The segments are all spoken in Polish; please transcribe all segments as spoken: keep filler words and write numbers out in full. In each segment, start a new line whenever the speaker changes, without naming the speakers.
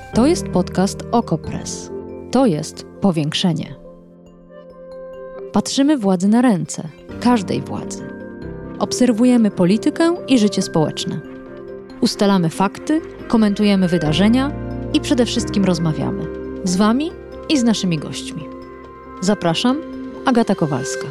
To jest podcast Okopres. To jest powiększenie. Patrzymy władzy na ręce, każdej władzy. Obserwujemy politykę i życie społeczne. Ustalamy fakty, komentujemy wydarzenia i przede wszystkim rozmawiamy. Z Wami i z naszymi gośćmi. Zapraszam, Agata Kowalska.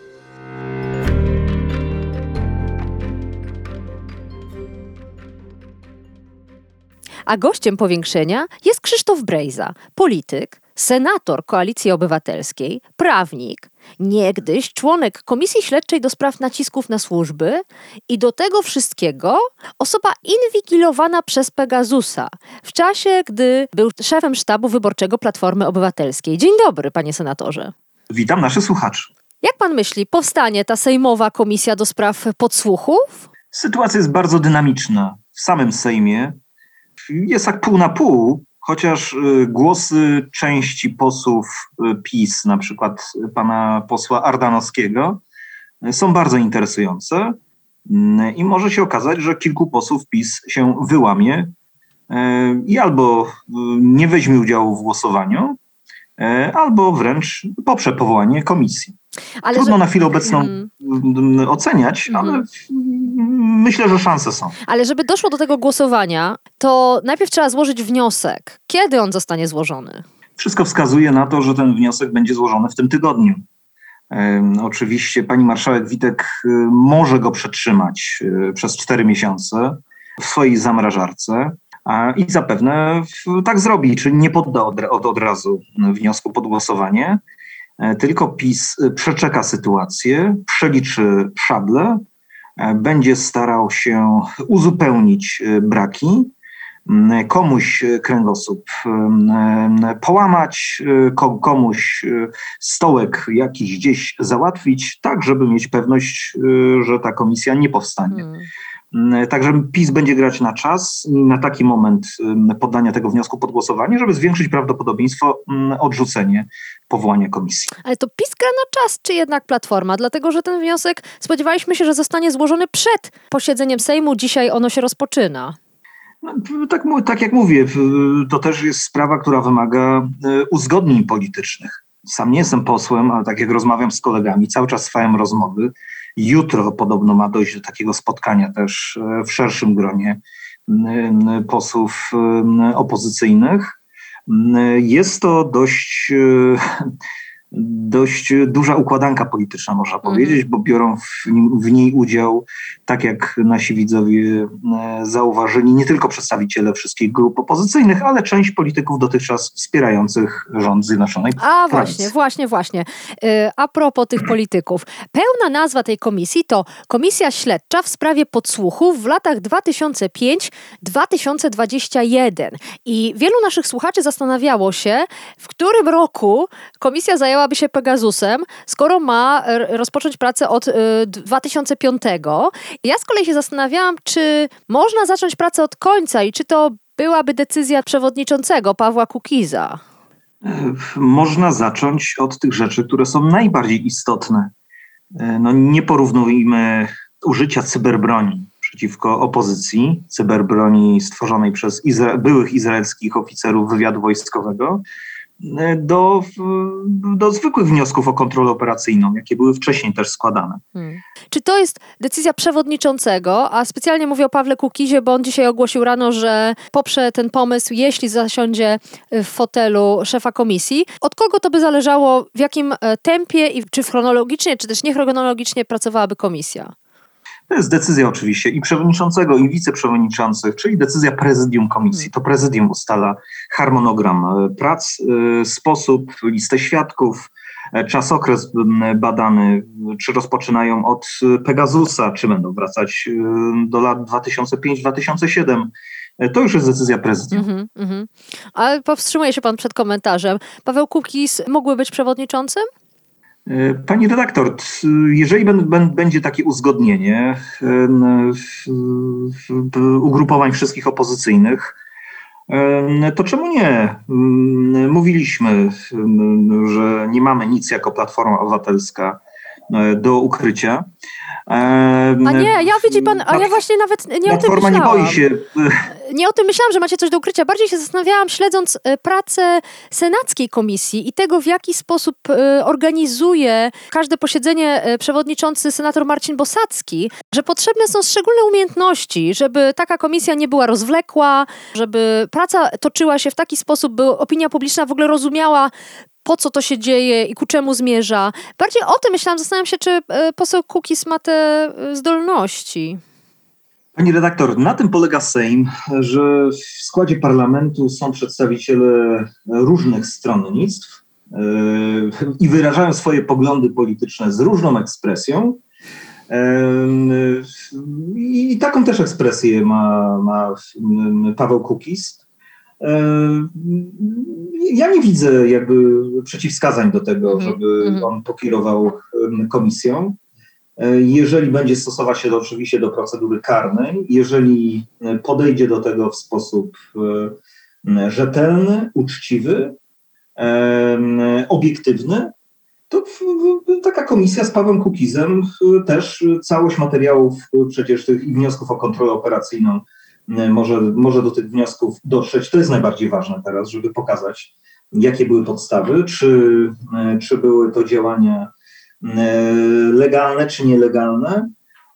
A gościem powiększenia jest Krzysztof Brejza, polityk, senator Koalicji Obywatelskiej, prawnik, niegdyś członek Komisji Śledczej do spraw nacisków na służby i do tego wszystkiego osoba inwigilowana przez Pegasusa w czasie, gdy był szefem sztabu wyborczego Platformy Obywatelskiej. Dzień dobry, panie senatorze.
Witam naszych słuchaczy.
Jak pan myśli, powstanie ta sejmowa komisja do spraw podsłuchów?
Sytuacja jest bardzo dynamiczna w samym Sejmie. Jest tak pół na pół, chociaż głosy części posłów PiS, na przykład pana posła Ardanowskiego, są bardzo interesujące i może się okazać, że kilku posłów PiS się wyłamie i albo nie weźmie udziału w głosowaniu, albo wręcz poprze powołanie komisji. Ale Trudno że... na chwilę obecną hmm. oceniać, ale hmm. myślę, że szanse są.
Ale żeby doszło do tego głosowania, to najpierw trzeba złożyć wniosek. Kiedy on zostanie złożony?
Wszystko wskazuje na to, że ten wniosek będzie złożony w tym tygodniu. Um, oczywiście pani marszałek Witek um, może go przetrzymać um, przez cztery miesiące w swojej zamrażarce. I zapewne tak zrobi, czyli nie podda od, od, od razu wniosku pod głosowanie, tylko PiS przeczeka sytuację, przeliczy szable, będzie starał się uzupełnić braki, komuś kręgosłup połamać, komuś stołek jakiś gdzieś załatwić, tak żeby mieć pewność, że ta komisja nie powstanie. Hmm. Także PiS będzie grać na czas, na taki moment poddania tego wniosku pod głosowanie, żeby zwiększyć prawdopodobieństwo odrzucenia powołania komisji.
Ale to PiS gra na czas, czy jednak Platforma? Dlatego, że ten wniosek spodziewaliśmy się, że zostanie złożony przed posiedzeniem Sejmu. Dzisiaj ono się rozpoczyna.
No, tak, tak jak mówię, to też jest sprawa, która wymaga uzgodnień politycznych. Sam nie jestem posłem, ale tak jak rozmawiam z kolegami, cały czas trwają rozmowy. Jutro podobno ma dojść do takiego spotkania też w szerszym gronie posłów opozycyjnych. Jest to dość, dość duża układanka polityczna, można powiedzieć, bo biorą w, w niej udział, tak jak nasi widzowie zauważyli, nie tylko przedstawiciele wszystkich grup opozycyjnych, ale część polityków dotychczas wspierających rząd Zjednoczonej
A właśnie, właśnie, właśnie. A propos tych polityków. Pełna nazwa tej komisji to Komisja Śledcza w sprawie podsłuchów w latach dwa tysiące piąty do dwa tysiące dwudziestego pierwszego. I wielu naszych słuchaczy zastanawiało się, w którym roku komisja zajęłaby się Pegasusem, skoro ma rozpocząć pracę od dwa tysiące piątego. Ja z kolei się zastanawiałam, czy można zacząć pracę od końca i czy to byłaby decyzja przewodniczącego Pawła Kukiza.
Można zacząć od tych rzeczy, które są najbardziej istotne. No, nie porównujmy użycia cyberbroni przeciwko opozycji, cyberbroni stworzonej przez Izra- byłych izraelskich oficerów wywiadu wojskowego, do, do zwykłych wniosków o kontrolę operacyjną, jakie były wcześniej też składane. Hmm.
Czy to jest decyzja przewodniczącego, a specjalnie mówię o Pawle Kukizie, bo on dzisiaj ogłosił rano, że poprze ten pomysł, jeśli zasiądzie w fotelu szefa komisji. Od kogo to by zależało, w jakim tempie i czy chronologicznie, czy też niechronologicznie pracowałaby komisja?
To jest decyzja oczywiście i przewodniczącego, i wiceprzewodniczących, czyli decyzja prezydium komisji. To prezydium ustala harmonogram prac, sposób, listę świadków, czasokres badany, czy rozpoczynają od Pegasusa, czy będą wracać do lat dwa tysiące piąty do dwa tysiące siódmego. To już jest decyzja prezydium. Mm-hmm, mm-hmm.
Ale powstrzymuje się pan przed komentarzem. Paweł Kukiz mógłby być przewodniczącym?
Pani redaktor, jeżeli będzie takie uzgodnienie ugrupowań wszystkich opozycyjnych, to czemu nie? Mówiliśmy, że nie mamy nic jako Platforma Obywatelska do ukrycia.
A nie, ja widzi pan, a ja właśnie nawet nie o tym
Platforma nie
myślałam.
boi się.
Nie o tym myślałam, że macie coś do ukrycia. Bardziej się zastanawiałam, śledząc pracę senackiej komisji i tego, w jaki sposób organizuje każde posiedzenie przewodniczący senator Marcin Bosacki, że potrzebne są szczególne umiejętności, żeby taka komisja nie była rozwlekła, żeby praca toczyła się w taki sposób, by opinia publiczna w ogóle rozumiała, po co to się dzieje i ku czemu zmierza. Bardziej o tym myślałam, zastanawiam się, czy poseł Kukiz ma te zdolności.
Pani redaktor, na tym polega Sejm, że w składzie parlamentu są przedstawiciele różnych stronnictw yy, i wyrażają swoje poglądy polityczne z różną ekspresją. Yy, I taką też ekspresję ma, ma Paweł Kukiz. Yy, ja nie widzę jakby przeciwwskazań do tego, mm-hmm. żeby on pokierował komisją. Jeżeli będzie stosować się do, oczywiście do procedury karnej, jeżeli podejdzie do tego w sposób rzetelny, uczciwy, obiektywny, to taka komisja z Pawłem Kukizem też całość materiałów przecież tych i wniosków o kontrolę operacyjną może, może do tych wniosków dotrzeć. To jest najbardziej ważne teraz, żeby pokazać, jakie były podstawy, czy, czy były to działania legalne czy nielegalne.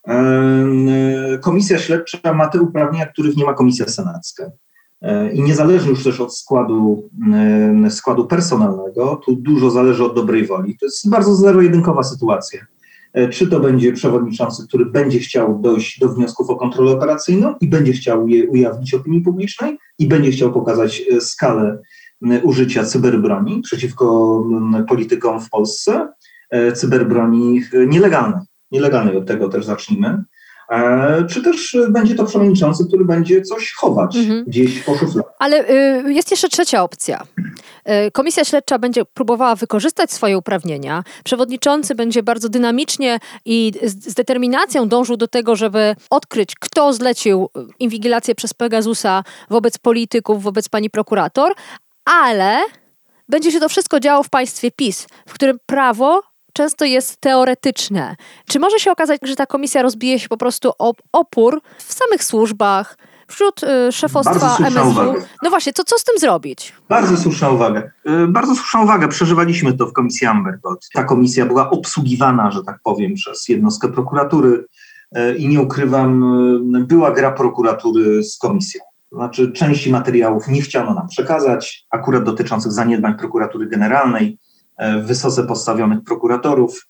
Komisja śledcza ma te uprawnienia, których nie ma komisja senacka. I niezależnie już też od składu, składu personalnego, tu dużo zależy od dobrej woli. To jest bardzo zero-jedynkowa sytuacja. Czy to będzie przewodniczący, który będzie chciał dojść do wniosków o kontrolę operacyjną i będzie chciał je ujawnić opinii publicznej i będzie chciał pokazać skalę użycia cyberbroni przeciwko politykom w Polsce, cyberbroni nielegalnej. Nielegalnej, od tego też zacznijmy. Czy też będzie to przewodniczący, który będzie coś chować mhm. gdzieś po szufladach.
Ale y, jest jeszcze trzecia opcja. Y, komisja śledcza będzie próbowała wykorzystać swoje uprawnienia. Przewodniczący będzie bardzo dynamicznie i z, z determinacją dążył do tego, żeby odkryć, kto zlecił inwigilację przez Pegasusa wobec polityków, wobec pani prokurator, ale będzie się to wszystko działo w państwie PiS, w którym prawo często jest teoretyczne. Czy może się okazać, że ta komisja rozbije się po prostu o opór w samych służbach, wśród y, szefostwa M S W?
Uwaga.
No właśnie, co, co z tym zrobić?
Bardzo słuszna uwaga. Yy, bardzo słuszna uwaga. Przeżywaliśmy to w komisji Amber Gold. Ta komisja była obsługiwana, że tak powiem, przez jednostkę prokuratury yy, i nie ukrywam, yy, była gra prokuratury z komisją. To znaczy części materiałów nie chciano nam przekazać, akurat dotyczących zaniedbań prokuratury generalnej, wysoce postawionych prokuratorów.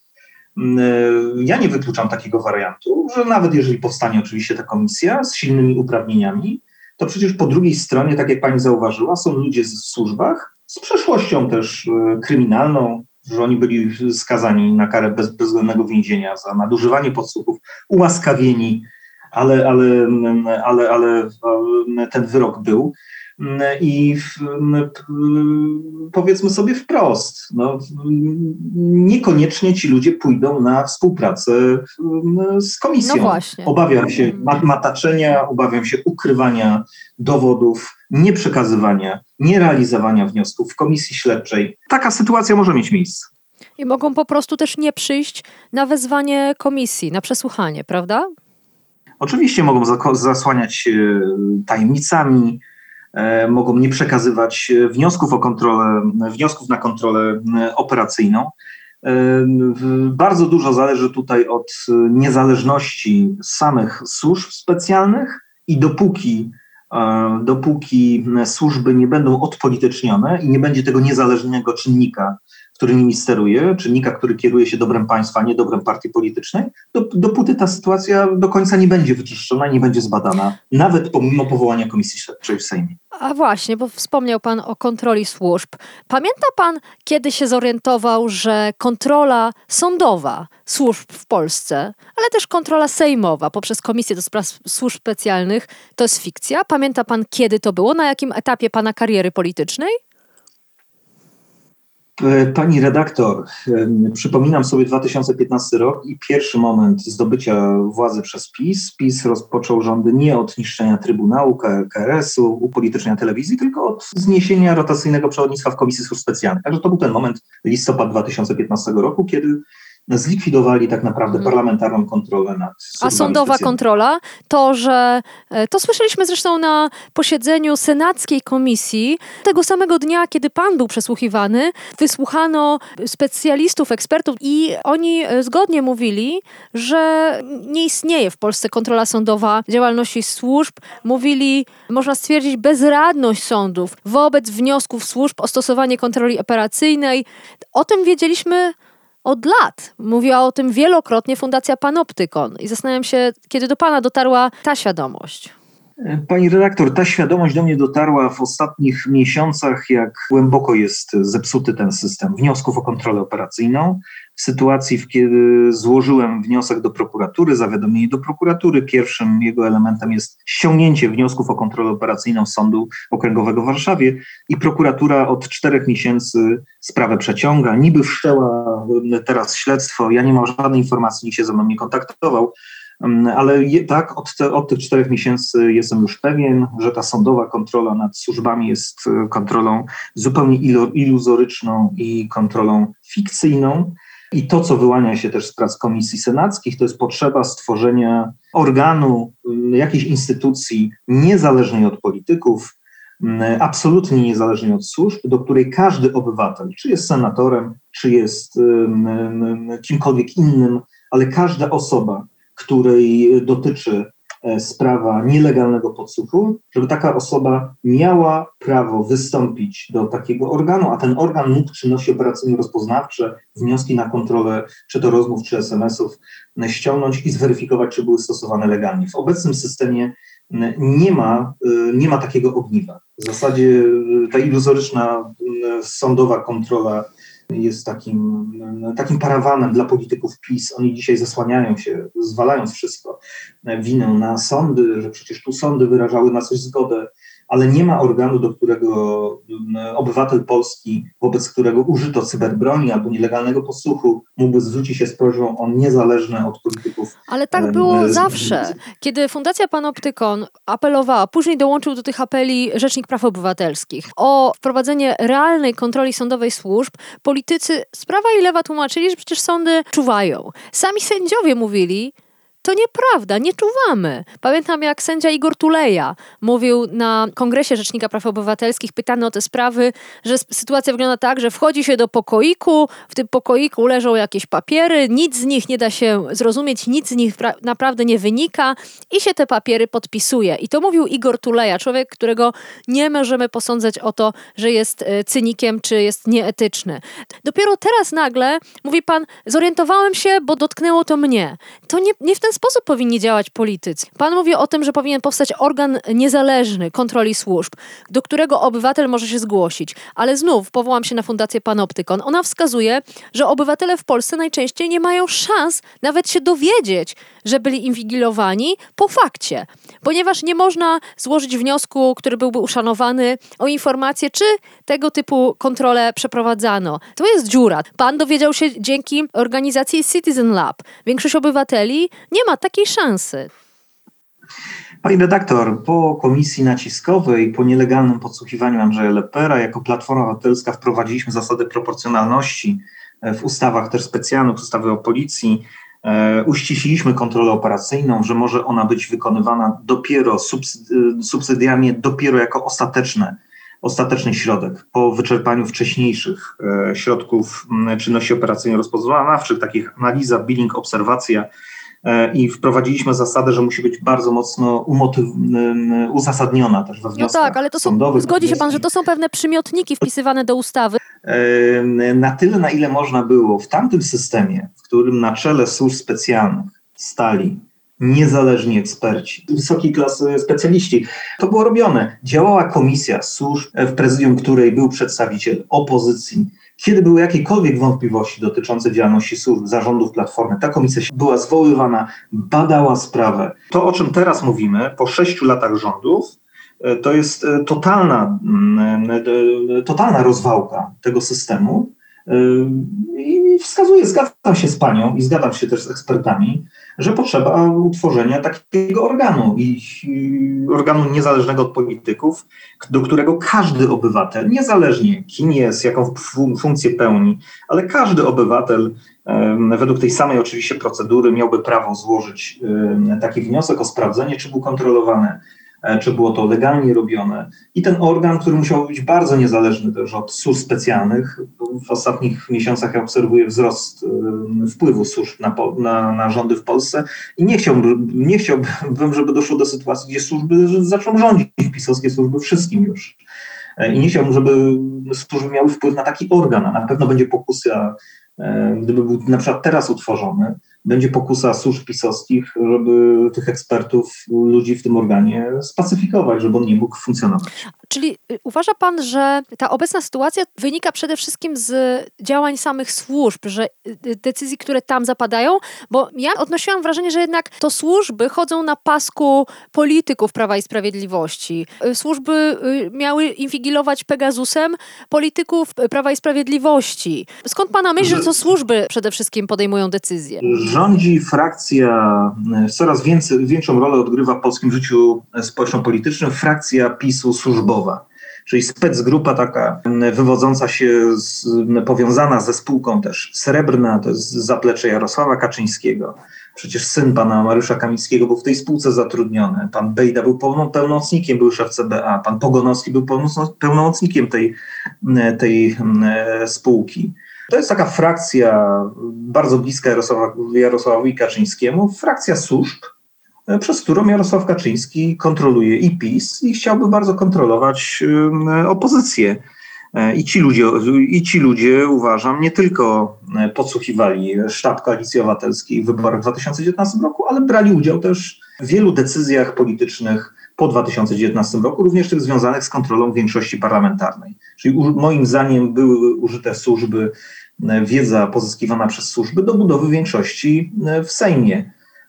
Ja nie wykluczam takiego wariantu, że nawet jeżeli powstanie oczywiście ta komisja z silnymi uprawnieniami, to przecież po drugiej stronie, tak jak pani zauważyła, są ludzie w służbach z przeszłością też kryminalną, że oni byli skazani na karę bez, bezwzględnego więzienia za nadużywanie podsłuchów, ułaskawieni, ale, ale, ale, ale ten wyrok był. I powiedzmy sobie wprost, no, niekoniecznie ci ludzie pójdą na współpracę z komisją.
No właśnie.
Obawiam się mataczenia, obawiam się ukrywania dowodów, nieprzekazywania, nierealizowania wniosków w komisji śledczej. Taka sytuacja może mieć miejsce.
I mogą po prostu też nie przyjść na wezwanie komisji, na przesłuchanie, prawda?
Oczywiście mogą zasłaniać się tajemnicami, mogą nie przekazywać wniosków o kontrolę, wniosków na kontrolę operacyjną. Bardzo dużo zależy tutaj od niezależności samych służb specjalnych i dopóki, dopóki służby nie będą odpolitycznione i nie będzie tego niezależnego czynnika, który nimi steruje, czynnika, który kieruje się dobrem państwa, a nie dobrem partii politycznej, dopóty ta sytuacja do końca nie będzie wyczyszczona, nie będzie zbadana, nawet pomimo powołania komisji śledczej w Sejmie.
A właśnie, bo wspomniał pan o kontroli służb. Pamięta pan, kiedy się zorientował, że kontrola sądowa służb w Polsce, ale też kontrola sejmowa poprzez Komisję do Spraw Służb Specjalnych to jest fikcja? Pamięta pan, kiedy to było? Na jakim etapie pana kariery politycznej?
Pani redaktor, przypominam sobie dwa tysiące piętnasty rok i pierwszy moment zdobycia władzy przez PiS. PiS rozpoczął rządy nie od niszczenia Trybunału, K R S-u, upolitycznienia telewizji, tylko od zniesienia rotacyjnego przewodnictwa w Komisji Służb Specjalnych. Także to był ten moment, listopad dwa tysiące piętnastego roku, kiedy zlikwidowali tak naprawdę hmm. parlamentarną kontrolę nad
A sądowa kontrola, to, że to słyszeliśmy zresztą na posiedzeniu senackiej komisji, tego samego dnia, kiedy pan był przesłuchiwany, wysłuchano specjalistów, ekspertów i oni zgodnie mówili, że nie istnieje w Polsce kontrola sądowa działalności służb. Mówili, można stwierdzić, bezradność sądów wobec wniosków służb o stosowanie kontroli operacyjnej. O tym wiedzieliśmy od lat. Mówiła o tym wielokrotnie Fundacja Panoptykon i zastanawiam się, kiedy do pana dotarła ta świadomość.
Pani redaktor, ta świadomość do mnie dotarła w ostatnich miesiącach, jak głęboko jest zepsuty ten system wniosków o kontrolę operacyjną. W sytuacji, w kiedy złożyłem wniosek do prokuratury, zawiadomienie do prokuratury, pierwszym jego elementem jest ściągnięcie wniosków o kontrolę operacyjną Sądu Okręgowego w Warszawie i prokuratura od czterech miesięcy sprawę przeciąga. Niby wszczęła teraz śledztwo, ja nie mam żadnej informacji, nikt się ze mną nie kontaktował, ale je, tak, od, te, od tych czterech miesięcy jestem już pewien, że ta sądowa kontrola nad służbami jest kontrolą zupełnie iluzoryczną i kontrolą fikcyjną. I to, co wyłania się też z prac komisji senackich, to jest potrzeba stworzenia organu, jakiejś instytucji niezależnej od polityków, absolutnie niezależnej od służb, do której każdy obywatel, czy jest senatorem, czy jest kimkolwiek innym, ale każda osoba, której dotyczy sprawa nielegalnego podsłuchu, żeby taka osoba miała prawo wystąpić do takiego organu, a ten organ mógł czynności operacyjno-rozpoznawcze, wnioski na kontrolę, czy to rozmów, czy es em esów, ściągnąć i zweryfikować, czy były stosowane legalnie. W obecnym systemie nie ma, nie ma takiego ogniwa. W zasadzie ta iluzoryczna sądowa kontrola jest takim, takim parawanem dla polityków PiS. Oni dzisiaj zasłaniają się, zwalając wszystko, winę na sądy, że przecież tu sądy wyrażały na coś zgodę, ale nie ma organu, do którego obywatel polski, wobec którego użyto cyberbroni albo nielegalnego podsłuchu, mógłby zwrócić się z prośbą o niezależne od polityków.
Ale tak było z... zawsze. Kiedy Fundacja Panoptykon apelowała, później dołączył do tych apeli Rzecznik Praw Obywatelskich o wprowadzenie realnej kontroli sądowej służb, politycy z prawa i lewa tłumaczyli, że przecież sądy czuwają. Sami sędziowie mówili, to nieprawda, nie czuwamy. Pamiętam, jak sędzia Igor Tuleja mówił na Kongresie Rzecznika Praw Obywatelskich, pytany o te sprawy, że sytuacja wygląda tak, że wchodzi się do pokoiku, w tym pokoiku leżą jakieś papiery, nic z nich nie da się zrozumieć, nic z nich pra- naprawdę nie wynika i się te papiery podpisuje. I to mówił Igor Tuleja, człowiek, którego nie możemy posądzać o to, że jest cynikiem, czy jest nieetyczny. Dopiero teraz nagle, mówi pan, zorientowałem się, bo dotknęło to mnie. To nie, nie w ten sposób powinni działać politycy. Pan mówi o tym, że powinien powstać organ niezależny kontroli służb, do którego obywatel może się zgłosić. Ale znów powołam się na Fundację Panoptykon. Ona wskazuje, że obywatele w Polsce najczęściej nie mają szans nawet się dowiedzieć, że byli inwigilowani po fakcie. Ponieważ nie można złożyć wniosku, który byłby uszanowany, o informację, czy tego typu kontrolę przeprowadzano. To jest dziura. Pan dowiedział się dzięki organizacji Citizen Lab. Większość obywateli nie ma takiej szansy.
Pani redaktor, po komisji naciskowej, po nielegalnym podsłuchiwaniu Andrzeja Lepera, jako Platforma Obywatelska wprowadziliśmy zasadę proporcjonalności w ustawach też specjalnych, ustawy o policji. E, uściśliliśmy kontrolę operacyjną, że może ona być wykonywana dopiero subsyd- subsydiarnie, dopiero jako ostateczne, ostateczny środek po wyczerpaniu wcześniejszych e, środków m, czynności operacyjno-rozpoznawczych, takich analiza, billing, obserwacja. I wprowadziliśmy zasadę, że musi być bardzo mocno umotyw- uzasadniona też we wnioskach
No tak, ale to są,
sądowych.
zgodzi się pan, że to są pewne przymiotniki wpisywane do ustawy?
Na tyle, na ile można było w tamtym systemie, w którym na czele służb specjalnych stali niezależni eksperci, wysokiej klasy specjaliści. To było robione. Działała komisja służb, w prezydium której był przedstawiciel opozycji. Kiedy były jakiekolwiek wątpliwości dotyczące działalności służb, zarządów Platformy, ta komisja była zwoływana, badała sprawę. To, o czym teraz mówimy, po sześciu latach rządów, to jest totalna, totalna rozwałka tego systemu. I wskazuję, zgadzam się z panią i zgadzam się też z ekspertami, że potrzeba utworzenia takiego organu i organu niezależnego od polityków, do którego każdy obywatel, niezależnie kim jest, jaką funkcję pełni, ale każdy obywatel według tej samej oczywiście procedury miałby prawo złożyć taki wniosek o sprawdzenie, czy był kontrolowany, czy było to legalnie robione. I ten organ, który musiał być bardzo niezależny też od służb specjalnych. W ostatnich miesiącach ja obserwuję wzrost wpływu służb na, na, na rządy w Polsce i nie chciałbym, nie chciałbym, żeby doszło do sytuacji, gdzie służby zaczną rządzić, pisowskie służby wszystkim już. I nie chciałbym, żeby służby miały wpływ na taki organ, a na pewno będzie pokusa, gdyby był na przykład teraz utworzony, będzie pokusa służb pisowskich, żeby tych ekspertów, ludzi w tym organie spacyfikować, żeby on nie mógł funkcjonować.
Czyli uważa pan, że ta obecna sytuacja wynika przede wszystkim z działań samych służb, że decyzji, które tam zapadają? Bo ja odnosiłam wrażenie, że jednak to służby chodzą na pasku polityków Prawa i Sprawiedliwości. Służby miały inwigilować Pegasusem polityków Prawa i Sprawiedliwości. Skąd pana myśl, że to służby przede wszystkim podejmują decyzje?
Rządzi frakcja, coraz więcej, większą rolę odgrywa w polskim życiu społeczno-politycznym frakcja PiSu służbowa, czyli specgrupa taka wywodząca się, z, powiązana ze spółką też Srebrna, to jest zaplecze Jarosława Kaczyńskiego. Przecież syn pana Mariusza Kamińskiego był w tej spółce zatrudniony. Pan Bejda był pełnomocnikiem, był szef C B A. Pan Pogonowski był pełnomocnikiem tej, tej spółki. To jest taka frakcja bardzo bliska Jarosława, Jarosławowi Kaczyńskiemu, frakcja służb, przez którą Jarosław Kaczyński kontroluje i PiS i chciałby bardzo kontrolować opozycję. I ci ludzie, i ci ludzie uważam, nie tylko podsłuchiwali sztab Koalicji Obywatelskiej w wyborach w dwa tysiące dziewiętnastym roku, ale brali udział też w wielu decyzjach politycznych po dwa tysiące dziewiętnastym roku, również tych związanych z kontrolą większości parlamentarnej. Czyli u, moim zdaniem były użyte służby, wiedza pozyskiwana przez służby do budowy większości w Sejmie.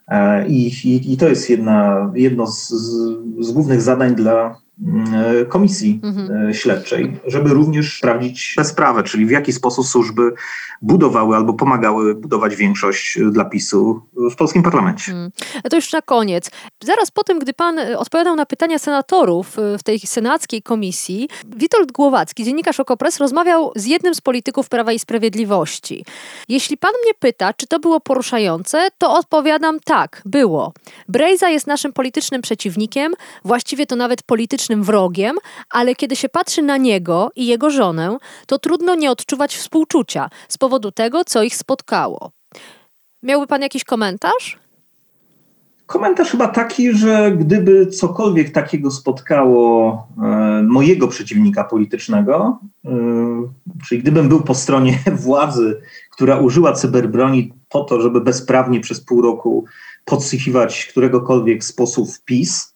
I, i, i to jest jedna, jedno z, z głównych zadań dla komisji mhm. śledczej, żeby również sprawdzić tę sprawę, czyli w jaki sposób służby budowały albo pomagały budować większość dla PiSu w polskim parlamencie. Hmm.
To już na koniec. Zaraz po tym, gdy pan odpowiadał na pytania senatorów w tej senackiej komisji, Witold Głowacki, dziennikarz Okopres, rozmawiał z jednym z polityków Prawa i Sprawiedliwości. Jeśli pan mnie pyta, czy to było poruszające, to odpowiadam tak, było. Brejza jest naszym politycznym przeciwnikiem, właściwie to nawet politycznym wrogiem, ale kiedy się patrzy na niego i jego żonę, to trudno nie odczuwać współczucia z powodu tego, co ich spotkało. Miałby pan jakiś komentarz?
Komentarz chyba taki, że gdyby cokolwiek takiego spotkało e, mojego przeciwnika politycznego, e, czyli gdybym był po stronie władzy, która użyła cyberbroni po to, żeby bezprawnie przez pół roku podsłuchiwać któregokolwiek z posłów PiS,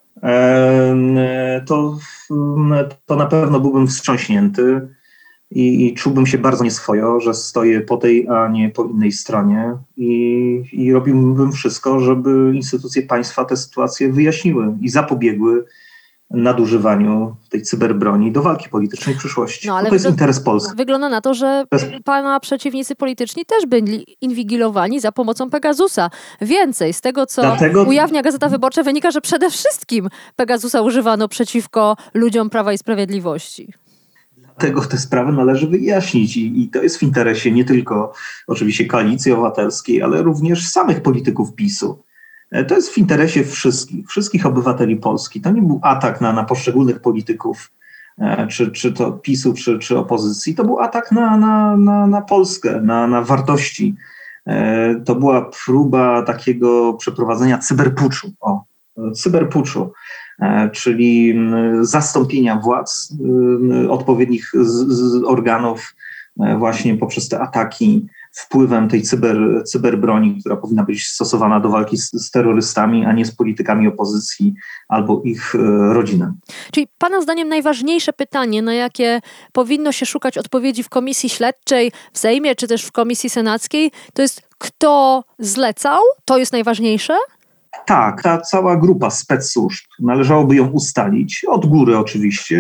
To, to na pewno byłbym wstrząśnięty i, i czułbym się bardzo nieswojo, że stoję po tej, a nie po innej stronie i, i robiłbym wszystko, żeby instytucje państwa tę sytuację wyjaśniły i zapobiegły nadużywaniu tej cyberbroni do walki politycznej w przyszłości. No, ale to jest interes Polski.
Wygląda na to, że pana przeciwnicy polityczni też byli inwigilowani za pomocą Pegasusa. Więcej, z tego co Dlatego... ujawnia Gazeta Wyborcza, wynika, że przede wszystkim Pegasusa używano przeciwko ludziom Prawa i Sprawiedliwości.
Dlatego te sprawy należy wyjaśnić i, i to jest w interesie nie tylko oczywiście Koalicji Obywatelskiej, ale również samych polityków PiSu. To jest w interesie wszystkich, wszystkich obywateli Polski. To nie był atak na, na poszczególnych polityków, czy, czy to PiSu, czy, czy opozycji. To był atak na, na, na, na Polskę, na, na wartości. To była próba takiego przeprowadzenia cyberpuczu, o, cyberpuczu, czyli zastąpienia władz odpowiednich z, z organów właśnie poprzez te ataki wpływem tej cyber, cyberbroni, która powinna być stosowana do walki z, z terrorystami, a nie z politykami opozycji albo ich e, rodziną.
Czyli pana zdaniem najważniejsze pytanie, na jakie powinno się szukać odpowiedzi w komisji śledczej, w Sejmie, czy też w komisji senackiej, to jest kto zlecał? To jest najważniejsze?
Tak, ta cała grupa spec służb, należałoby ją ustalić, od góry oczywiście,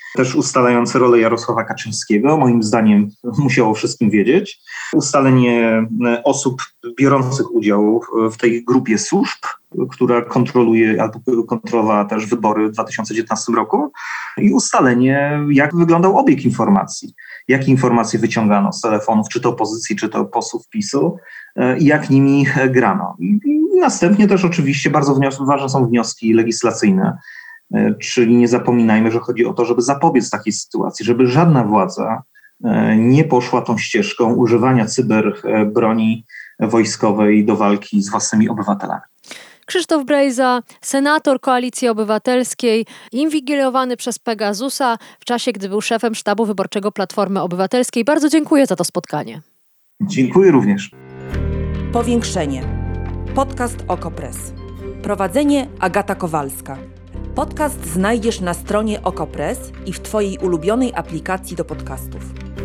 też ustalające rolę Jarosława Kaczyńskiego, moim zdaniem musiał o wszystkim wiedzieć. Ustalenie osób biorących udział w tej grupie służb, która kontroluje albo kontrolowała też wybory w dwa tysiące dziewiętnastym roku i ustalenie, jak wyglądał obieg informacji, jakie informacje wyciągano z telefonów, czy to opozycji, czy to posłów PiSu i jak nimi grano. I następnie też oczywiście bardzo wnios- ważne są wnioski legislacyjne, czyli nie zapominajmy, że chodzi o to, żeby zapobiec takiej sytuacji, żeby żadna władza nie poszła tą ścieżką używania cyberbroni wojskowej do walki z własnymi obywatelami.
Krzysztof Brejza, senator Koalicji Obywatelskiej, inwigilowany przez Pegasusa w czasie, gdy był szefem sztabu wyborczego Platformy Obywatelskiej. Bardzo dziękuję za to spotkanie.
Dziękuję również.
Powiększenie. Podcast Okopres. Prowadzenie Agata Kowalska. Podcast znajdziesz na stronie Okopres i w Twojej ulubionej aplikacji do podcastów.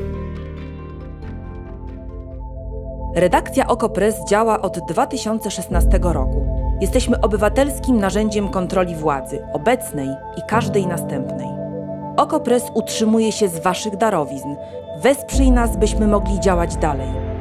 Redakcja Okopres działa od dwa tysiące szesnastego roku. Jesteśmy obywatelskim narzędziem kontroli władzy, obecnej i każdej następnej. Okopres utrzymuje się z Waszych darowizn. Wesprzyj nas, byśmy mogli działać dalej.